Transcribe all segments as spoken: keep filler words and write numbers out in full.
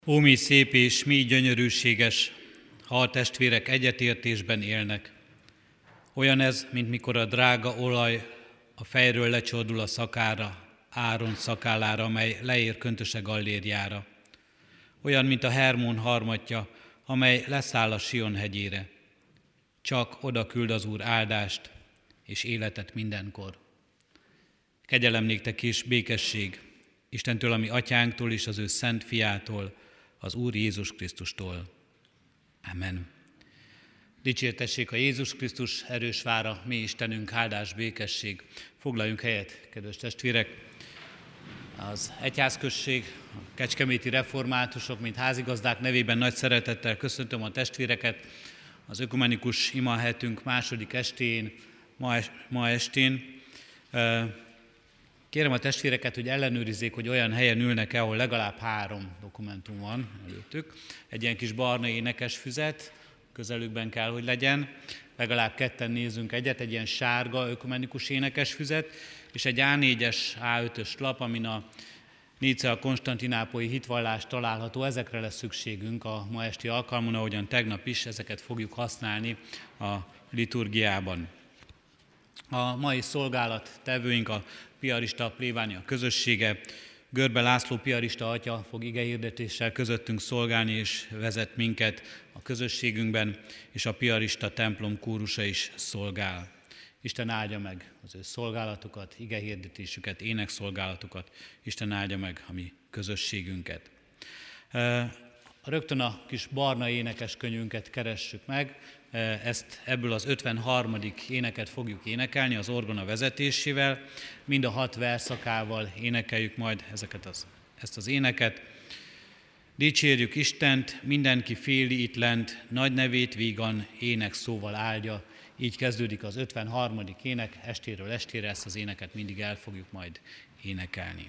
Ó, mi szép és mi gyönyörűséges, ha a testvérek egyetértésben élnek. Olyan ez, mint mikor a drága olaj a fejről lecsordul a szakára, Áron szakállára, amely leér köntöse gallérjára. Olyan, mint a Hermón harmatja, amely leszáll a Sion hegyére. Csak oda küld az Úr áldást és életet mindenkor. Kegyelem néktek és békesség Istentől, ami atyánktól és az ő szent fiától, az Úr Jézus Krisztustól. Amen. Dicsértessék a Jézus Krisztus, erős vára, mi Istenünk, áldás, békesség. Foglaljunk helyet, kedves testvérek! Az egyházközség, a kecskeméti reformátusok, mint házigazdák nevében nagy szeretettel köszöntöm a testvéreket az ökumenikus imahetünk második estén, ma, es, ma estén. Kérem a testvéreket, hogy ellenőrizzék, hogy olyan helyen ülnek-e, ahol legalább három dokumentum van előttük. Egy ilyen kis barna énekes füzet közelükben kell, hogy legyen. Legalább ketten nézzünk egyet, egy ilyen sárga ökumenikus énekes füzet, és egy á négyes, á ötös lap, amin a Nicea konstantinápolyi hitvallás található. Ezekre lesz szükségünk a ma esti alkalmon, ahogyan tegnap is, ezeket fogjuk használni a liturgiában. A mai szolgálat tevőink a piarista plébánia közössége. Görbe László piarista atya fog igehirdetéssel közöttünk szolgálni, és vezet minket a közösségünkben, és a piarista templom kórusa is szolgál. Isten áldja meg az ő szolgálatukat, igehirdetésüket, énekszolgálatukat. Isten áldja meg a mi közösségünket. Rögtön a kis barna énekeskönyvünket keressük meg. Ezt ebből az ötvenharmadik éneket fogjuk énekelni az orgona vezetésével. Mind a hat verszakával énekeljük majd ezeket az, ezt az éneket. Dicsérjük Istent, mindenki féli itt lent, nagy nevét vígan ének szóval áldja. Így kezdődik az ötvenharmadik ének, estéről estére ezt az éneket mindig el fogjuk majd énekelni.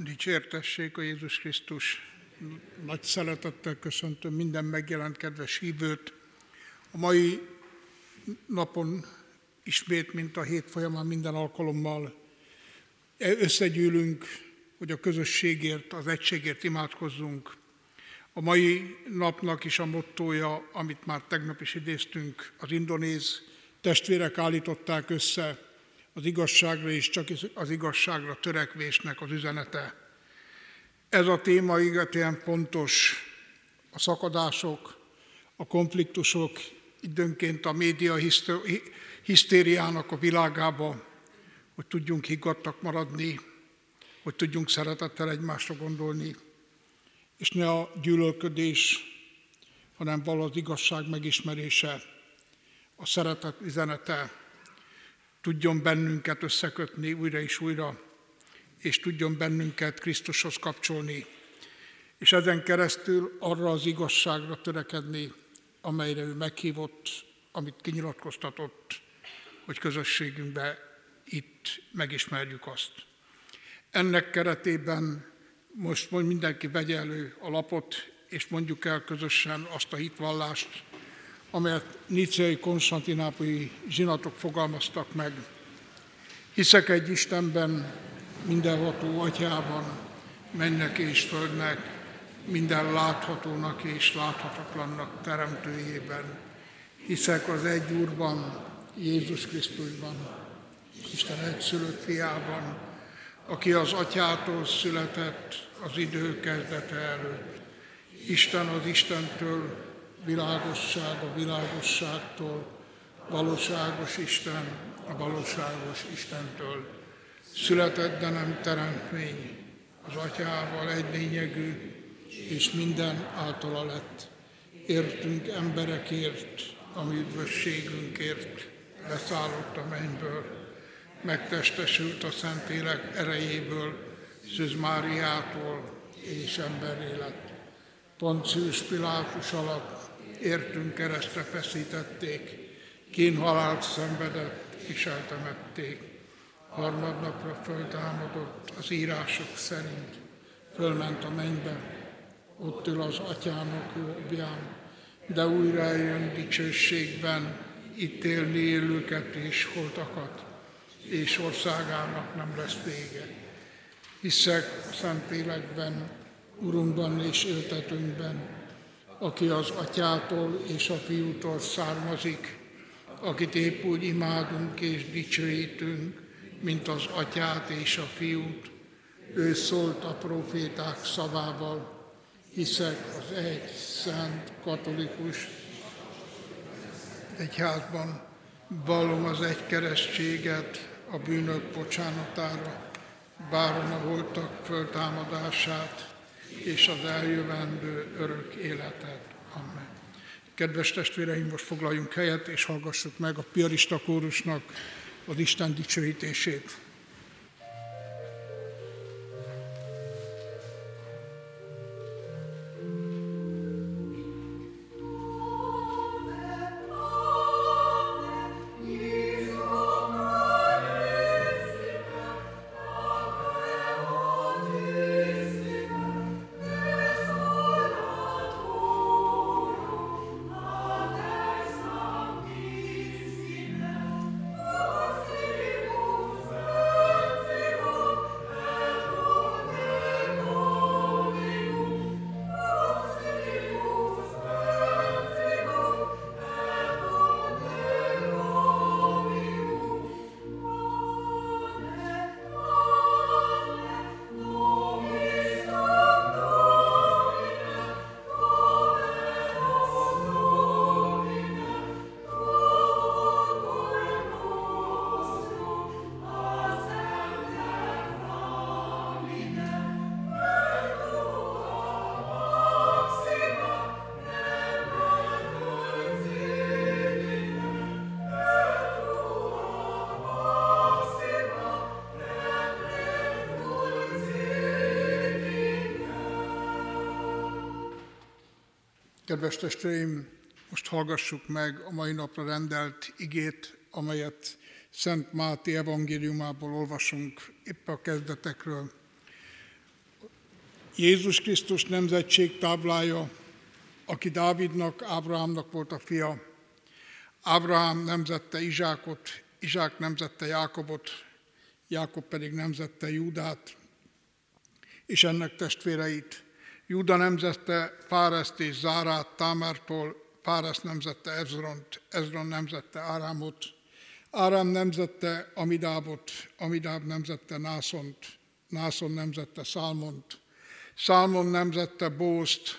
Dicsértessék a Jézus Krisztus. Nagy szeretettel köszöntöm minden megjelent kedves hívőt. A mai napon ismét, mint a hét folyamán minden alkalommal összegyűlünk, hogy a közösségért, az egységért imádkozzunk. A mai napnak is a mottója, amit már tegnap is idéztünk, az indonéz testvérek állították össze, az igazságra és csak az igazságra törekvésnek az üzenete. Ez a téma igen fontos, a szakadások, a konfliktusok, időnként a média hisztériának a világába, hogy tudjunk higgadtak maradni, hogy tudjunk szeretettel egymásra gondolni, és ne a gyűlölködés, hanem valahogy az igazság megismerése, a szeretet üzenete tudjon bennünket összekötni újra és újra, és tudjon bennünket Krisztushoz kapcsolni, és ezen keresztül arra az igazságra törekedni, amelyre ő meghívott, amit kinyilatkoztatott, hogy közösségünkben itt megismerjük azt. Ennek keretében most mindenki vegye elő a lapot, és mondjuk el közösen azt a hitvallást, amelyet nicéai konstantinápolyi zsinatok fogalmaztak meg. Hiszek egy Istenben, mindenható Atyában, mennek és földnek, minden láthatónak és láthatatlannak teremtőjében. Hiszek az egy Úrban, Jézus Krisztusban, Isten egyszülött fiában, aki az Atyától született az idő kezdete előtt. Isten az Istentől, világosság a világosságtól, valóságos Isten a valóságos Istentől. Született, de nem teremtmény, az Atyával egy lényegű, és minden általa lett. Értünk emberekért, a mi üdvösségünkért, leszállott a mennyből, megtestesült a Szentlélek erejéből, Szűz Máriától, és emberré lett. Poncius Pilátus alatt értünk keresztre feszítették, kínhalált szenvedett, és eltemették. Harmadnapra föltámadott az írások szerint, fölment a mennybe, ott ül az Atyának jobbján, de újra eljön dicsőségben, ítélni élőket és holtakat, és országának nem lesz vége. Hiszek a Szentlélekben, Urunkban és éltetőnkben, aki az Atyától és a Fiútól származik, akit épp úgy imádunk és dicsőítünk, mint az Atyát és a Fiút. Ő szólt a proféták szavával. Hiszek az egy, szent, katolikus egyházban, vallom az egy keresztséget a bűnök bocsánatára, várom a holtak föltámadását, és az eljövendő örök életet. Amen. Kedves testvéreim, most foglaljunk helyet, és hallgassuk meg a piarista kórusnak az Isten dicsőítését. Kedves testvéreim, most hallgassuk meg a mai napra rendelt igét, amelyet Szent Máté evangéliumából olvasunk épp a kezdetekről. Jézus Krisztus nemzetség táblája, aki Dávidnak, Ábrahámnak volt a fia. Ábrahám nemzette Izsákot, Izsák nemzette Jákobot, Jákob pedig nemzette Júdát, és ennek testvéreit. Júda nemzette Fáreszt és Zárát Támártól, Fáresz nemzette Ezront, Ezron nemzette Árámot, Árám nemzette Amidábot, Amidáb nemzette Nászont, Nászon nemzette Szálmont, Szálmon nemzette Bózt,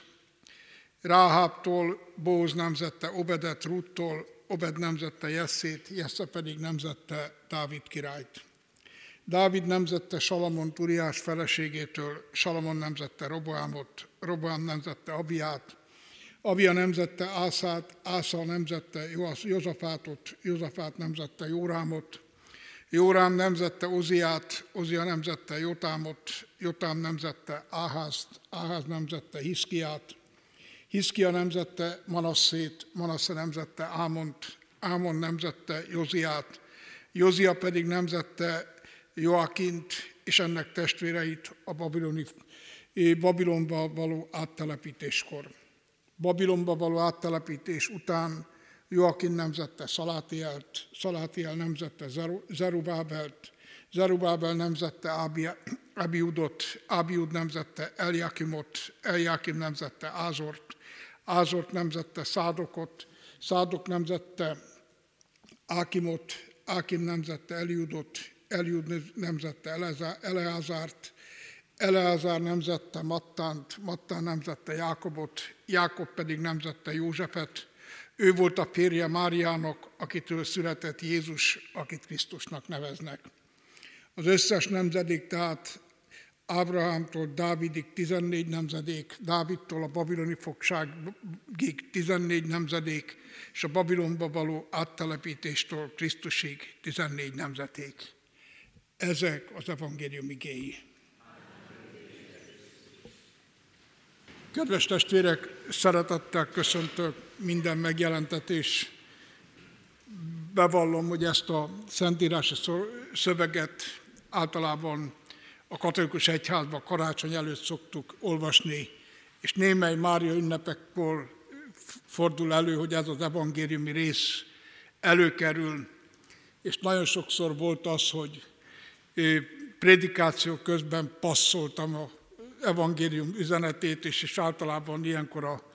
Ráhábtól Bóz nemzette Obedet, Ruttól, Obed nemzette Jesszét, Jessze pedig nemzette Dávid királyt. Dávid nemzette Salamont Uriás feleségétől, Salamon nemzette Roboámot, Roboám nemzette Abiát, Abia nemzette Ászát, Ásza nemzette Jozafátot, Jozafát nemzette Jórámot, Jórám nemzette Oziát, Ozia nemzette Jotámot, Jotám nemzette Áházt, Áház nemzette Hiszkiát, Hiszkia nemzette Manasszét, Manasse nemzette Ámont, Ámon nemzette Joziát, Jozia pedig nemzette Joakint és ennek testvéreit a babiloni, Babilonba való áttelepítéskor. Babilonba való áttelepítés után Joakin nemzette Szalátielt, Szalátiel nemzette Zerubábelt, Zerubábel nemzette Abiudot, Abiud nemzette Eljakimot, Eljakim nemzette Ázort, Ázort nemzette Szádokot, Szádok nemzette Ákimot, Ákim nemzette Eliudot, Eliud nemzette Eleázárt, Eleázár nemzette Mattánt, Mattán nemzette Jákobot, Jákob pedig nemzette Józsefet. Ő volt a férje Máriának, akitől született Jézus, akit Krisztusnak neveznek. Az összes nemzedék tehát Ábrahámtól Dávidig tizennégy nemzedék, Dávidtól a babiloni fogságig tizennégy nemzedék, és a Babilonba való áttelepítéstől Krisztusig tizennégy nemzedék. Ezek az evangélium igéi. Kedves testvérek, szeretettel köszöntök minden megjelentetés. Bevallom, hogy ezt a szentírási szöveget általában a katolikus egyházban karácsony előtt szoktuk olvasni, és némely Mária ünnepekkor fordul elő, hogy ez az evangéliumi rész előkerül, és nagyon sokszor volt az, hogy prédikáció közben passzoltam a evangélium üzenetét, és, és általában ilyenkor a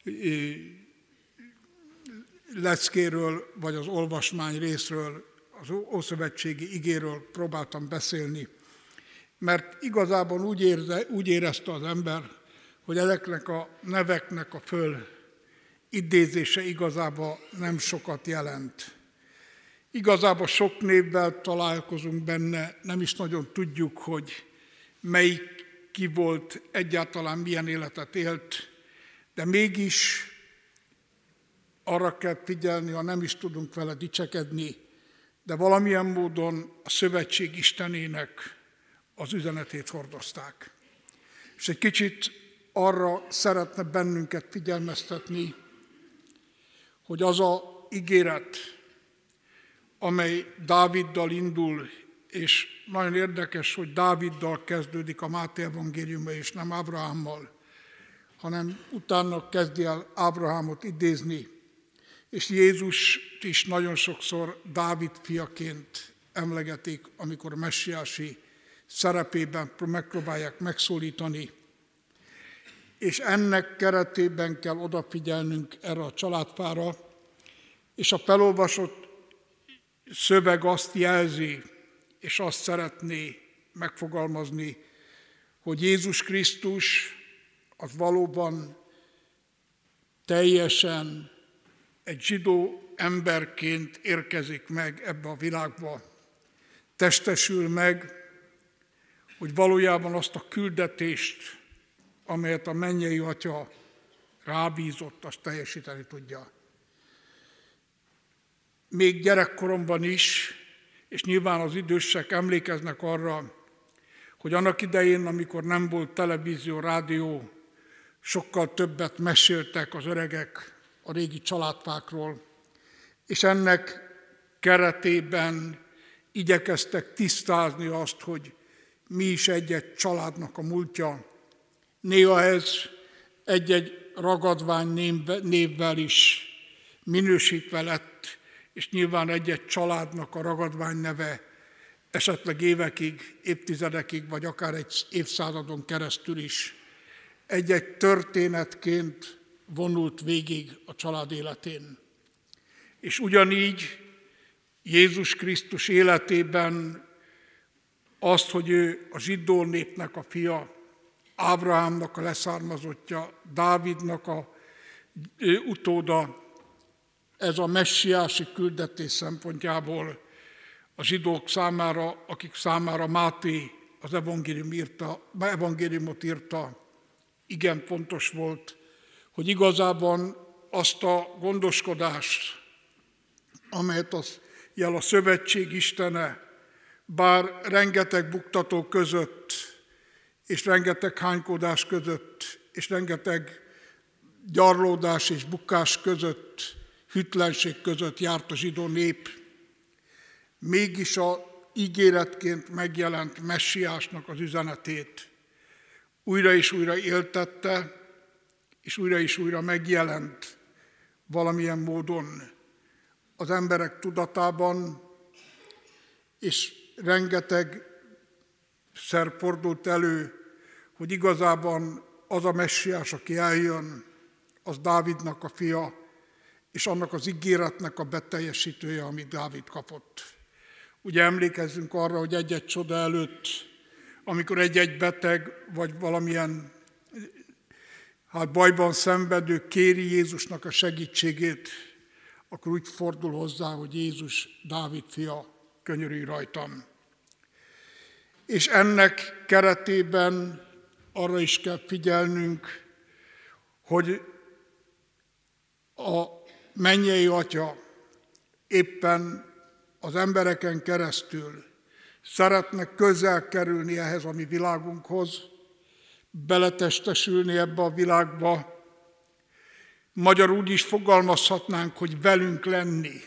leckéről, vagy az olvasmány részről, az ószövetségi igéről próbáltam beszélni, mert igazából úgy, érze, úgy érezte az ember, hogy ezeknek a neveknek a föl idézése igazából nem sokat jelent. Igazából sok névvel találkozunk benne, nem is nagyon tudjuk, hogy melyik ki volt, egyáltalán milyen életet élt, de mégis arra kell figyelni, ha nem is tudunk vele dicsekedni, de valamilyen módon a szövetség Istenének az üzenetét hordozták. És egy kicsit arra szeretne bennünket figyelmeztetni, hogy az a ígéret, amely Dáviddal indul, és nagyon érdekes, hogy Dáviddal kezdődik a Máté evangéliuma, és nem Ábrahámmal, hanem utána kezdi el Ábrahámot idézni, és Jézust is nagyon sokszor Dávid fiaként emlegetik, amikor messiási szerepében megpróbálják megszólítani, és ennek keretében kell odafigyelnünk erre a családfára, és a felolvasott szöveg azt jelzi, és azt szeretné megfogalmazni, hogy Jézus Krisztus az valóban teljesen egy zsidó emberként érkezik meg ebbe a világba, testesül meg, hogy valójában azt a küldetést, amelyet a mennyei Atya rábízott, azt teljesíteni tudja. Még gyerekkoromban is, és nyilván az idősek emlékeznek arra, hogy annak idején, amikor nem volt televízió, rádió, sokkal többet meséltek az öregek a régi családfákról, és ennek keretében igyekeztek tisztázni azt, hogy mi is egy-egy családnak a múltja, Néha ez egy-egy ragadvány névvel is minősítve lett, és nyilván egy-egy családnak a ragadvány neve esetleg évekig, évtizedekig, vagy akár egy évszázadon keresztül is egy-egy történetként vonult végig a család életén. És ugyanígy Jézus Krisztus életében azt, hogy ő a zsidó népnek a fia, Ábrahámnak a leszármazottja, Dávidnak a utóda, ez a messiási küldetés szempontjából a zsidók számára, akik számára Máté az evangélium írta, evangéliumot írta, igen fontos volt, hogy igazában azt a gondoskodást, amelyet az jel a szövetség istene, bár rengeteg buktató között, és rengeteg hánykódás között, és rengeteg gyarlódás és bukás között, hűtlenség között járt a zsidó nép, mégis a ígéretként megjelent messiásnak az üzenetét újra és újra éltette, és újra és újra megjelent valamilyen módon az emberek tudatában, és rengeteg szer fordult elő, hogy igazában az a messiás, aki eljön, az Dávidnak a fia, és annak az ígéretnek a beteljesítője, amit Dávid kapott. Ugye emlékezzünk arra, hogy egy-egy csoda előtt, amikor egy-egy beteg, vagy valamilyen hát bajban szenvedő kéri Jézusnak a segítségét, akkor úgy fordul hozzá, hogy Jézus, Dávid fia, könyörülj rajtam. És ennek keretében arra is kell figyelnünk, hogy a mennyei Atya éppen az embereken keresztül szeretne közel kerülni ehhez a mi világunkhoz, beletestesülni ebbe a világba. Magyarul úgy is fogalmazhatnánk, hogy velünk lenni,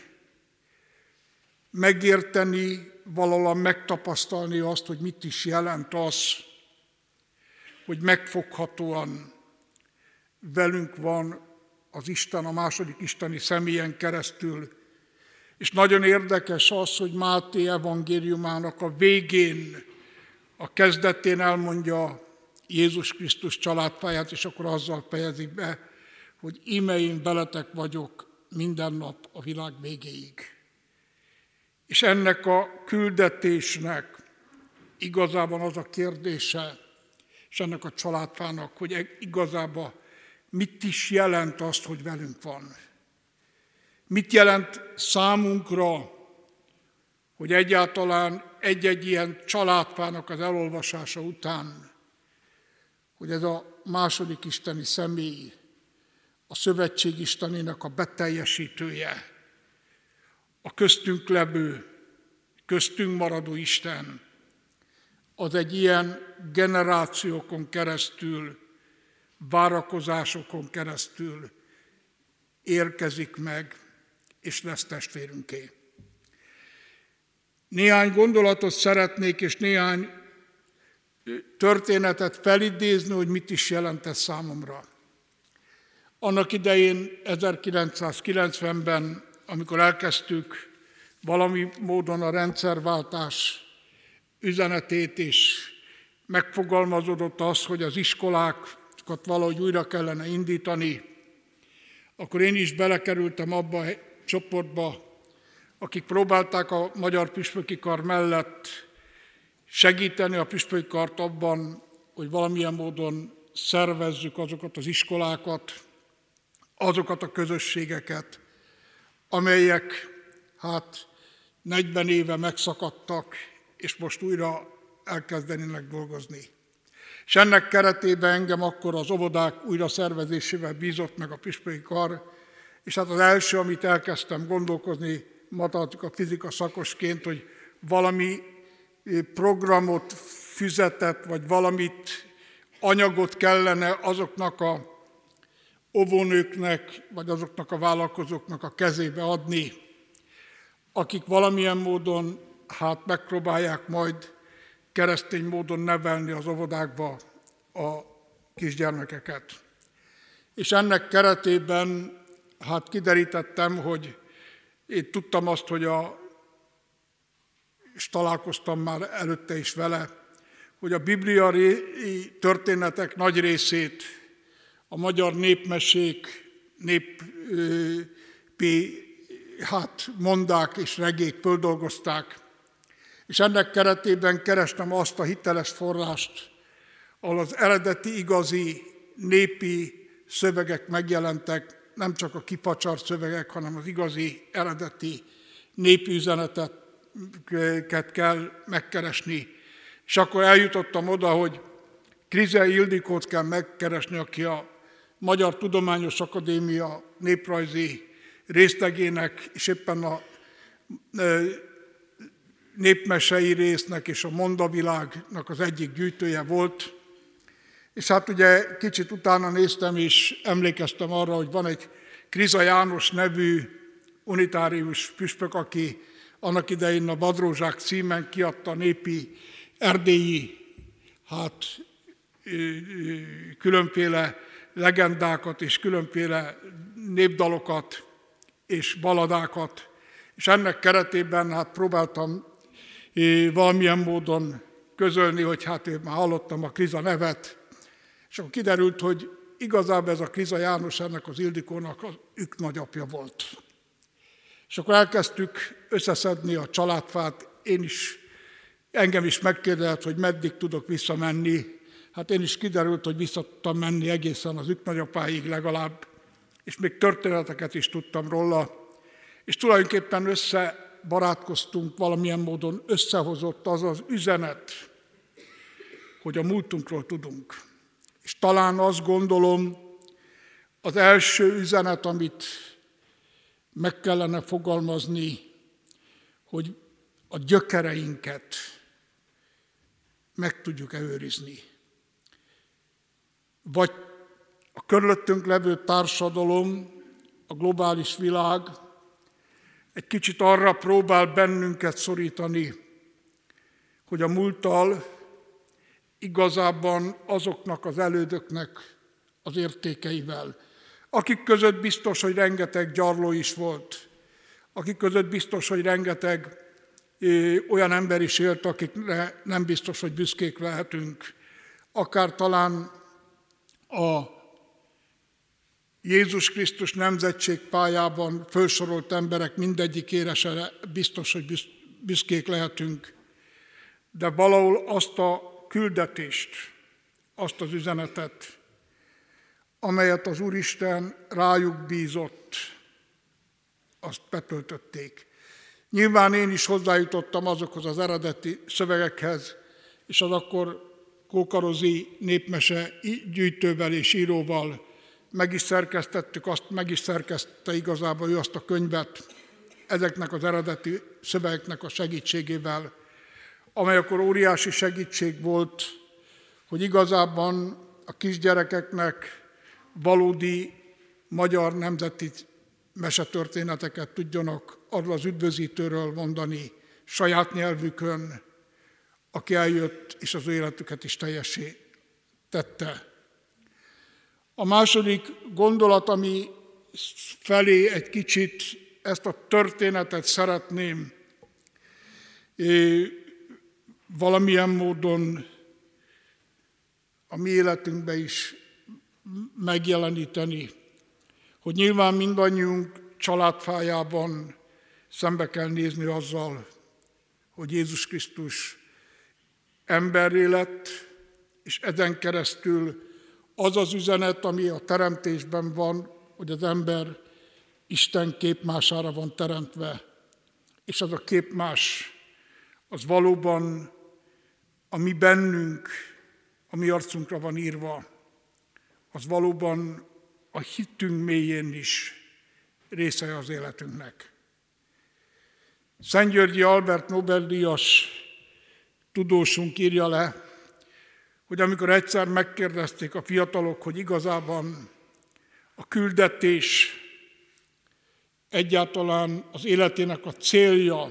megérteni, valahol megtapasztalni azt, hogy mit is jelent az, hogy megfoghatóan velünk van az Isten a második isteni személyen keresztül. És nagyon érdekes az, hogy Máté evangéliumának a végén, a kezdetén elmondja Jézus Krisztus családfáját, és akkor azzal fejezik be, hogy íme én veletek vagyok minden nap a világ végéig. És ennek a küldetésnek igazában az a kérdése, és ennek a családfának, hogy igazában mit is jelent azt, hogy velünk van. Mit jelent számunkra, hogy egyáltalán egy-egy ilyen családfának az elolvasása után, hogy ez a második isteni személy, a szövetség istenének a beteljesítője, a köztünk levő, köztünk maradó Isten, az egy ilyen generációkon keresztül, várakozásokon keresztül érkezik meg, és lesz testvérünké. Néhány gondolatot szeretnék, és néhány történetet felidézni, hogy mit is jelent ez számomra. Annak idején ezerkilencszázkilencvenben, amikor elkezdtük valami módon a rendszerváltás üzenetét, és megfogalmazódott az, hogy az iskolákat valahogy újra kellene indítani, akkor én is belekerültem abba a csoportba, akik próbálták a Magyar Püspöki Kar mellett segíteni a püspöki kart abban, hogy valamilyen módon szervezzük azokat az iskolákat, azokat a közösségeket, amelyek hát negyven éve megszakadtak, és most újra elkezdenének dolgozni. És ennek keretében engem akkor az óvodák újra szervezésével bízott meg a püspöki kar, és hát az első, amit elkezdtem gondolkozni matematika, fizika szakosként, hogy valami programot, füzetet, vagy valamit, anyagot kellene azoknak a óvónőknek, vagy azoknak a vállalkozóknak a kezébe adni, akik valamilyen módon hát megpróbálják majd keresztény módon nevelni az óvodákba a kisgyermekeket. És ennek keretében hát kiderítettem, hogy én tudtam azt, hogy a, és találkoztam már előtte is vele, hogy a Biblia történetek nagy részét a magyar népmesék, néppi hát mondák és regék földolgozták, és ennek keretében kerestem azt a hiteles forrást, ahol az eredeti, igazi, népi szövegek megjelentek, nem csak a kipacsart szövegek, hanem az igazi, eredeti népi üzeneteket kell megkeresni. És akkor eljutottam oda, hogy Krizei Ildikót kell megkeresni, aki a Magyar Tudományos Akadémia néprajzi részlegének, és éppen a népmesei résznek és a mondavilágnak az egyik gyűjtője volt. És hát ugye kicsit utána néztem, és emlékeztem arra, hogy van egy Kriza János nevű unitárius püspök, aki annak idején a Vadrózsák címen kiadta a népi erdélyi, hát különféle legendákat és különféle népdalokat és baladákat, és ennek keretében hát próbáltam valamilyen módon közölni, hogy hát én már hallottam a Kriza nevet, és akkor kiderült, hogy igazából ez a Kriza János ennek az Ildikónak az ők nagyapja volt. És akkor elkezdtük összeszedni a családfát, én is, engem is megkérdezett, hogy meddig tudok visszamenni. Hát én is kiderült, hogy vissza tudtam menni egészen az ők nagyapáig legalább, és még történeteket is tudtam róla, és tulajdonképpen összebarátkoztunk, valamilyen módon összehozott az az üzenet, hogy a múltunkról tudunk. És talán azt gondolom, az első üzenet, amit meg kellene fogalmazni, hogy a gyökereinket meg tudjuk-e őrizni. Vagy a körülöttünk levő társadalom, a globális világ egy kicsit arra próbál bennünket szorítani, hogy a múlttal igazában azoknak az elődöknek az értékeivel, akik között biztos, hogy rengeteg gyarló is volt, akik között biztos, hogy rengeteg ö, olyan ember is élt, akikre nem biztos, hogy büszkék lehetünk, akár talán a Jézus Krisztus nemzetségpályában felsorolt emberek mindegyikére se biztos, hogy büszkék lehetünk, de valahol azt a küldetést, azt az üzenetet, amelyet az Úristen rájuk bízott, azt betöltötték. Nyilván én is hozzájutottam azokhoz az eredeti szövegekhez, és az akkor kókarozi népmese gyűjtővel és íróval meg is szerkesztettük, azt meg is szerkesztette igazából ő azt a könyvet ezeknek az eredeti szövegeknek a segítségével, amely akkor óriási segítség volt, hogy igazában a kisgyerekeknek valódi magyar nemzeti mesetörténeteket tudjanak arról az üdvözítőről mondani saját nyelvükön, aki eljött és az ő életüket is teljessé tette. A második gondolat, ami felé egy kicsit ezt a történetet szeretném valamilyen módon a mi életünkbe is megjeleníteni, hogy nyilván mindannyiunk családfájában szembe kell nézni azzal, hogy Jézus Krisztus emberré lett, és ezen keresztül az az üzenet, ami a teremtésben van, hogy az ember Isten képmására van teremtve, és az a képmás, az valóban a mi bennünk, a mi arcunkra van írva, az valóban a hitünk mélyén is része az életünknek. Szentgyörgyi Albert Nobel-díjas tudósunk írja le, hogy amikor egyszer megkérdezték a fiatalok, hogy igazában a küldetés egyáltalán az életének a célja,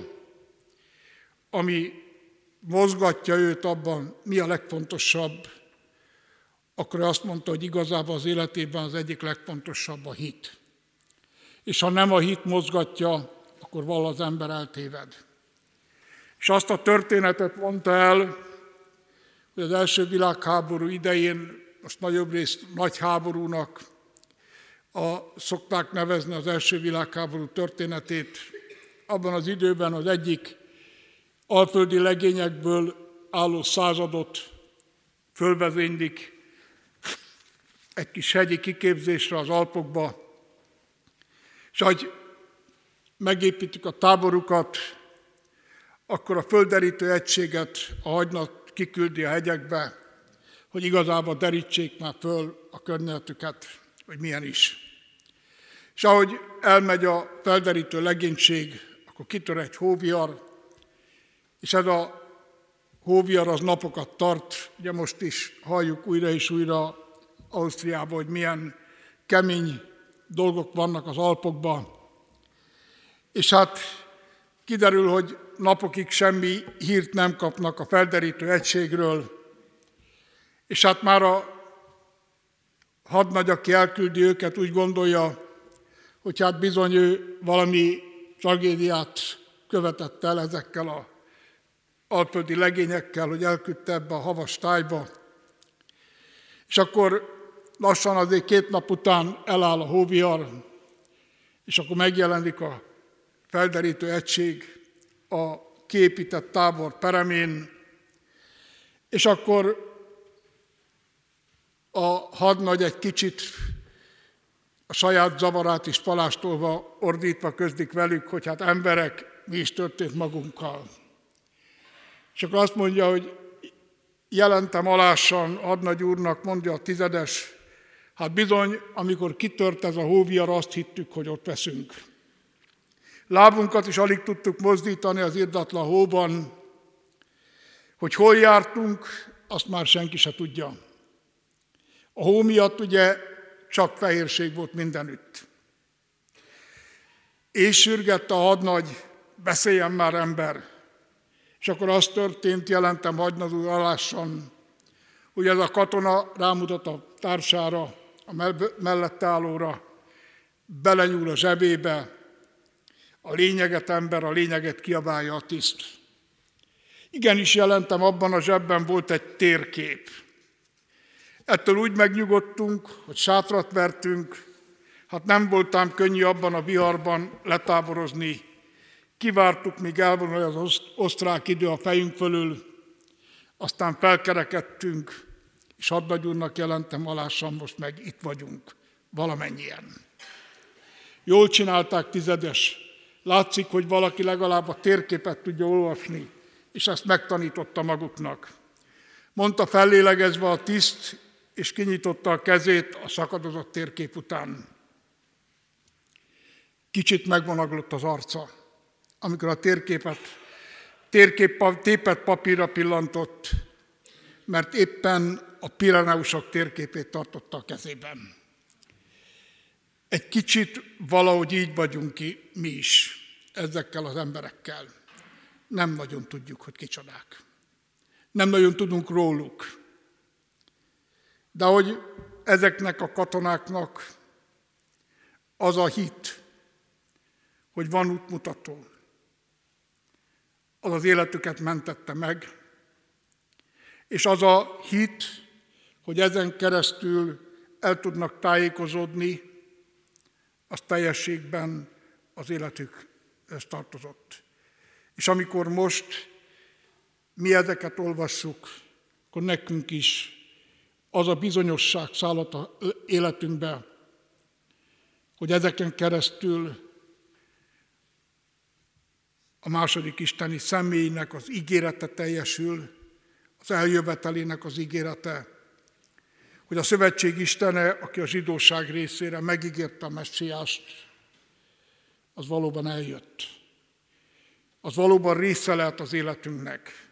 ami mozgatja őt abban, mi a legfontosabb, akkor azt mondta, hogy igazából az életében az egyik legfontosabb a hit. És ha nem a hit mozgatja, akkor val az ember eltéved. És azt a történetet mondta el, hogy az első világháború idején, most nagyobb részt nagy háborúnak a, szokták nevezni az első világháború történetét. Abban az időben az egyik alföldi legényekből álló századot fölvezénylik egy kis hegyi kiképzésre az Alpokba, és ahogy megépítik a táborukat, akkor a földderítő egységet a hadnagy kiküldi a hegyekbe, hogy igazából derítsék már föl a környezetüket, hogy milyen is. És ahogy elmegy a felderítő legénység, akkor kitör egy hóvihar, és ez a hóvihar az napokat tart. Ugye most is halljuk újra és újra Ausztriában, hogy milyen kemény dolgok vannak az Alpokban. És hát kiderül, hogy napokig semmi hírt nem kapnak a felderítő egységről, és hát már a hadnagy, aki elküldi őket, úgy gondolja, hogy hát bizony ő valami tragédiát követett el ezekkel a alföldi legényekkel, hogy elküldte ebbe a havas tájba. És akkor lassan azért két nap után eláll a hóvihar, és akkor megjelenik a felderítő egység a kiépített tábor peremén, és akkor a hadnagy egy kicsit a saját zavarát is palástolva, ordítva közdik velük, hogy hát emberek, mi is történt magunkkal. És akkor azt mondja, hogy jelentem alássan hadnagy úrnak, mondja a tizedes, hát bizony, amikor kitört ez a hóvihar, azt hittük, hogy ott veszünk. Lábunkat is alig tudtuk mozdítani az irdatlan hóban, hogy hol jártunk, azt már senki se tudja. A hó miatt ugye csak fehérség volt mindenütt. És sürgette a hadnagy, beszéljen már ember. És akkor az történt, jelentem hadnagy úr alássan, hogy ez a katona rámutat a társára, a mellette állóra, belenyúl a zsebébe, a lényeget ember, a lényeget kiabálja a tiszt. Igenis jelentem, abban a zsebben volt egy térkép. Ettől úgy megnyugodtunk, hogy sátrat vertünk, hát nem voltám könnyű abban a viharban letáborozni. Kivártuk, míg elvonul az osztrák idő a fejünk fölül, aztán felkerekedtünk, és hadnagy úrnak jelentem alásan, most meg itt vagyunk, valamennyien. Jól csinálták, tizedes. Látszik, hogy valaki legalább a térképet tudja olvasni, és ezt megtanította maguknak. Mondta fellélegezve a tiszt, és kinyitotta a kezét a szakadozott térkép után. Kicsit megvonaglott az arca, amikor a térképet, térkép, tépet papírra pillantott, mert éppen a Pireneusok térképét tartotta a kezében. Egy kicsit valahogy így vagyunk ki mi is ezekkel az emberekkel. Nem nagyon tudjuk, hogy kicsodák. Nem nagyon tudunk róluk. De hogy ezeknek a katonáknak az a hit, hogy van útmutató, az az életüket mentette meg, és az a hit, hogy ezen keresztül el tudnak tájékozódni, az teljességben az életükhez tartozott. És amikor most mi ezeket olvassuk, akkor nekünk is az a bizonyosság szállhat az életünkbe, hogy ezeken keresztül a második isteni személynek az ígérete teljesül, az eljövetelének az ígérete, hogy a szövetség istene, aki a zsidóság részére megígérte a messziást, az valóban eljött. Az valóban része lehet az életünknek.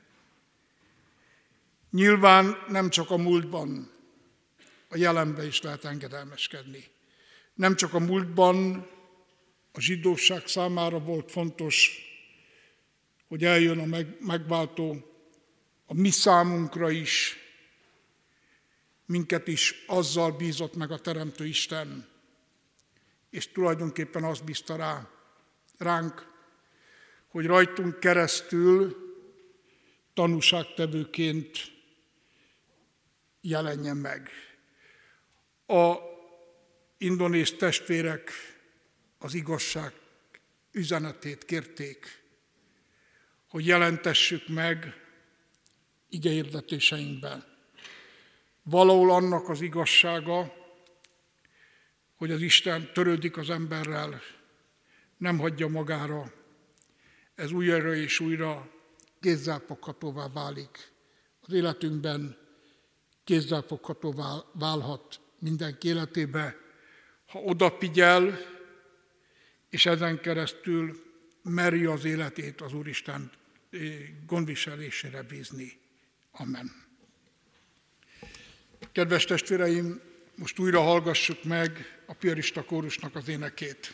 Nyilván nem csak a múltban, a jelenben is lehet engedelmeskedni. Nem csak a múltban a zsidóság számára volt fontos, hogy eljön a megváltó, a mi számunkra is. minket is azzal bízott meg a Teremtő Isten, és tulajdonképpen azt bízta rá, ránk, hogy rajtunk keresztül tanúságtevőként jelenjen meg. A indonéz testvérek az igazság üzenetét kérték, hogy jelentessük meg igehirdetéseinkben. Valahol annak az igazsága, hogy az Isten törődik az emberrel, nem hagyja magára, ez újra és újra kézzelfoghatóvá válik. Az életünkben kézzelfoghatóvá válhat mindenki életébe, ha odafigyel, és ezen keresztül meri az életét az Úristen gondviselésére bízni. Amen. Kedves testvéreim, most újra hallgassuk meg a piarista kórusnak az énekét.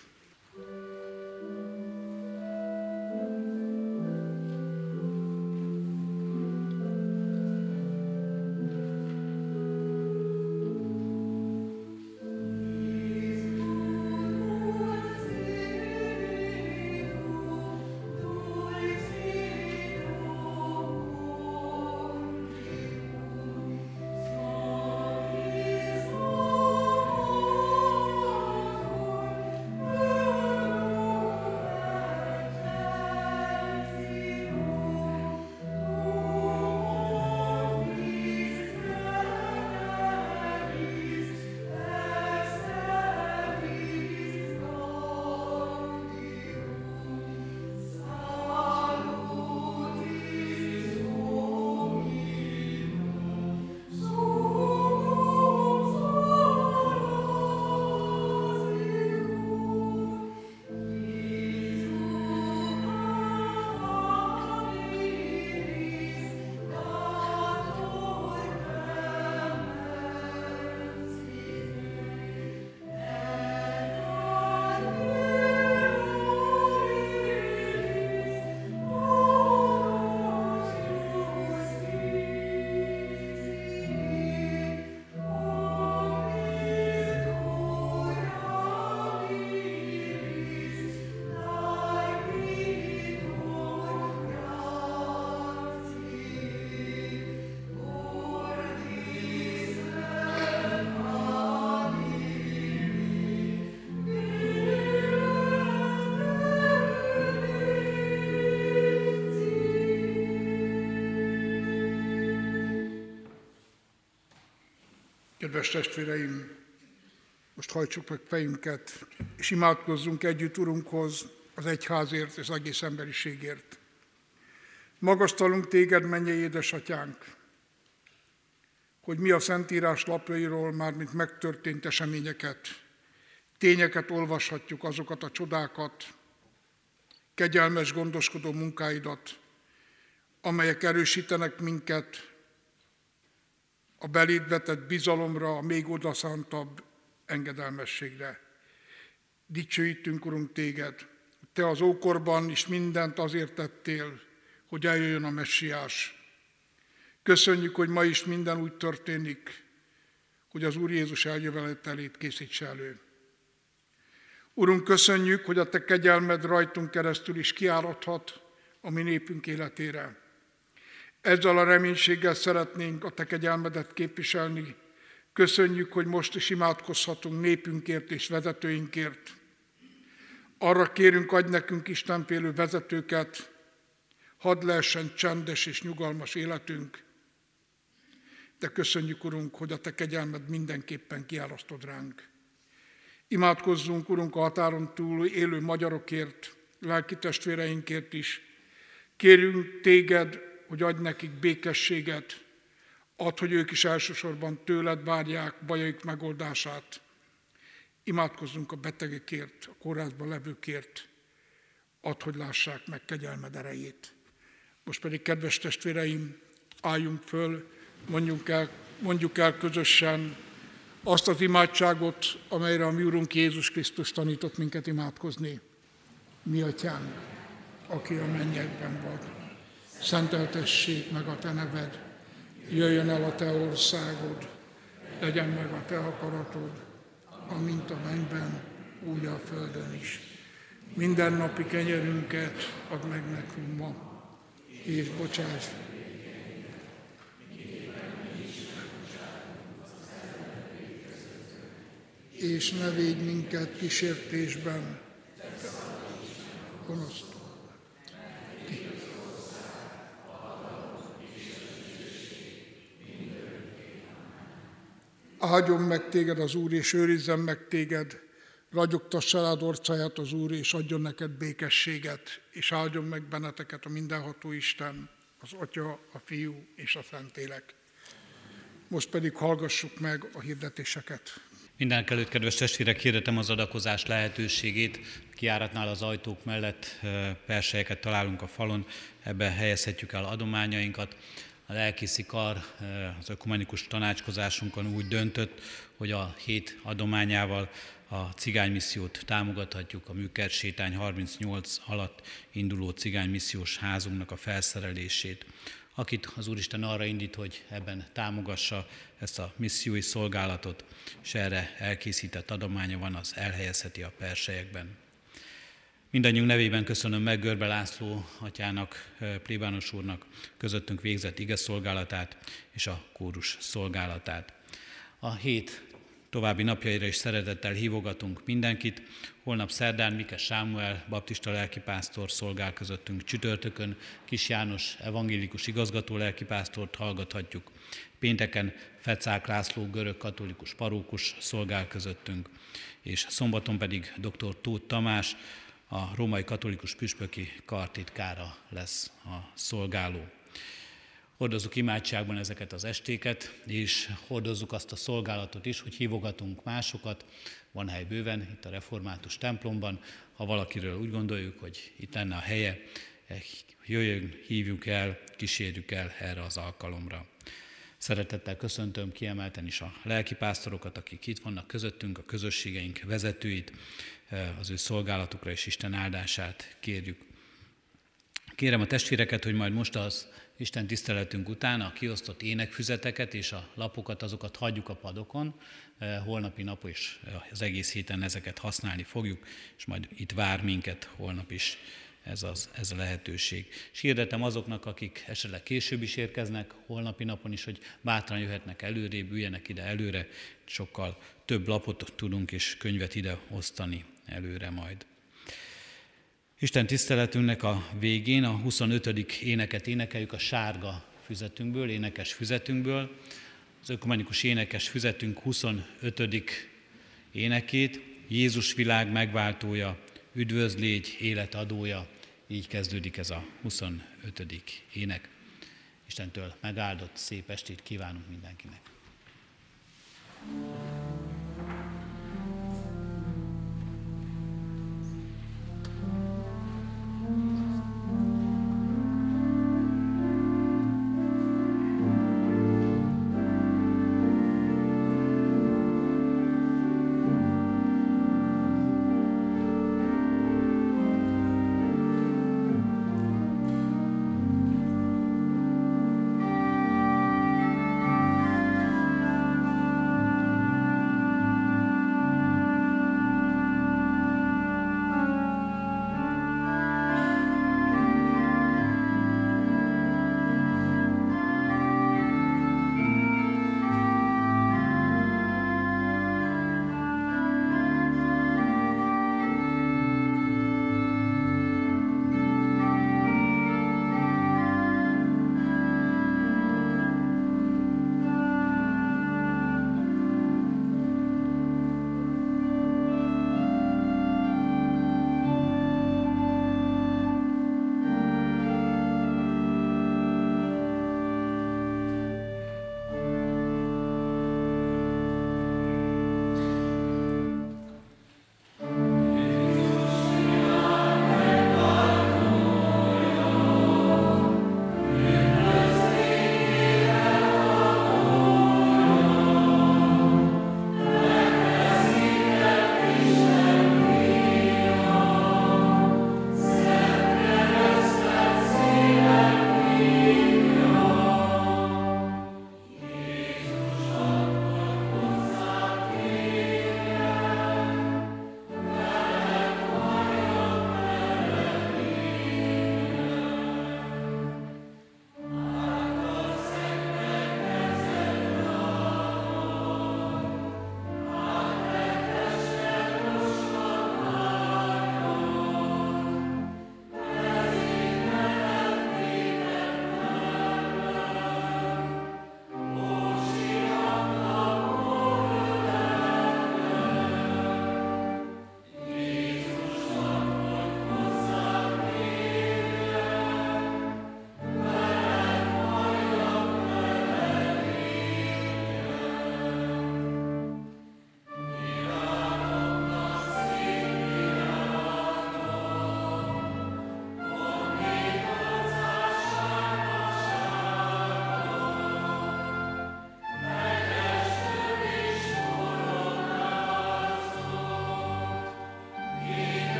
Kedves testvéreim, most hajtsuk meg fejünket, és imádkozzunk együtt Urunkhoz az egyházért és az egész emberiségért. Magasztalunk téged, mennyei édesatyánk, hogy mi a Szentírás lapjairól, mármint megtörtént eseményeket, tényeket olvashatjuk, azokat a csodákat, kegyelmes, gondoskodó munkáidat, amelyek erősítenek minket a beléd vetett bizalomra, a még odaszántabb engedelmességre. Dicsőítünk, Urunk, téged. Te az ókorban is mindent azért tettél, hogy eljöjjön a Messiás. Köszönjük, hogy ma is minden úgy történik, hogy az Úr Jézus eljövetelét készítse elő. Urunk, köszönjük, hogy a te kegyelmed rajtunk keresztül is kiáradhat a mi népünk életére. Ezzel a reménységgel szeretnénk a te kegyelmedet képviselni. Köszönjük, hogy most is imádkozhatunk népünkért és vezetőinkért. Arra kérünk, adj nekünk istenfélő vezetőket, hadd lehessen csendes és nyugalmas életünk. De köszönjük, Urunk, hogy a te kegyelmed mindenképpen kiárasztod ránk. Imádkozzunk, Urunk, a határon túl élő magyarokért, lelki testvéreinkért is. Kérünk téged, hogy adj nekik békességet, add, hogy ők is elsősorban tőled várják bajaik megoldását. Imádkozzunk a betegekért, a kórházban levőkért, add, hogy lássák meg kegyelmed erejét. Most pedig, kedves testvéreim, álljunk föl, mondjuk el, mondjuk el közösen azt az imádságot, amelyre a mi Urunk Jézus Krisztus tanított minket imádkozni. Mi atyánk, aki a mennyekben vagy, szenteltessék meg a te neved, jöjjön el a te országod, legyen meg a te akaratod, amint a mennyben, úgy a földön is. Mindennapi kenyerünket add meg nekünk ma, és bocsáss. És ne védj minket kísértésben, gonosztól. Áldjon meg téged az Úr, és őrizzen meg téged, ragyogtassa rád orcáját az Úr, és adjon neked békességet, és áldjon meg benneteket a mindenható Isten, az Atya, a Fiú és a Szentlélek. Most pedig hallgassuk meg a hirdetéseket. Mindenekelőtt, kedves testvérek, hirdetem az adakozás lehetőségét. Kijáratnál az ajtók mellett perselyeket találunk a falon, ebben helyezhetjük el adományainkat. A lelkészi kar az ökumenikus tanácskozásunkon úgy döntött, hogy a hét adományával a cigánymissziót támogathatjuk, a Műkertsétány harmincnyolc alatt induló cigánymissziós házunknak a felszerelését. Akit az Úristen arra indít, hogy ebben támogassa ezt a missziói szolgálatot, és erre elkészített adománya van, az elhelyezheti a perselyekben. Mindannyiunk nevében köszönöm meg Görbe László atyának, plébános úrnak közöttünk végzett igeszolgálatát és a kórus szolgálatát. A hét további napjaira is szeretettel hívogatunk mindenkit. Holnap szerdán Mikes Sámuel baptista lelkipásztor szolgál közöttünk, csütörtökön Kis János evangélikus igazgató lelkipásztort hallgathatjuk. Pénteken Fecák László görög katolikus parókus szolgál közöttünk, és szombaton pedig dr. Tóth Tamás, a római katolikus püspöki kartitkára lesz a szolgáló. Hordozzuk imádságban ezeket az estéket, és hordozzuk azt a szolgálatot is, hogy hívogatunk másokat. Van hely bőven itt a református templomban. Ha valakiről úgy gondoljuk, hogy itt lenne a helye, jöjjön, hívjuk el, kísérjük el erre az alkalomra. Szeretettel köszöntöm kiemelten is a lelkipásztorokat, akik itt vannak közöttünk, a közösségeink vezetőit, az ő szolgálatukra és Isten áldását kérjük. Kérem a testvéreket, hogy majd most az Isten tiszteletünk után a kiosztott énekfüzeteket és a lapokat, azokat hagyjuk a padokon. Holnapi nap is az egész héten ezeket használni fogjuk, és majd itt vár minket holnap is ez, az, ez a lehetőség. És hirdetem azoknak, akik esetleg később is érkeznek, holnapi napon is, hogy bátran jöhetnek előrébb, üljenek ide előre, sokkal több lapot tudunk és könyvet ide osztani előre majd. Isten tiszteletünknek a végén a huszonötödik éneket énekeljük a sárga füzetünkből, énekes füzetünkből. Az ökumenikus énekes füzetünk huszonötödik énekét, Jézus világ megváltója, üdvözlégy, életadója, így kezdődik ez a huszonötödik ének. Istentől megáldott szép estét kívánunk mindenkinek.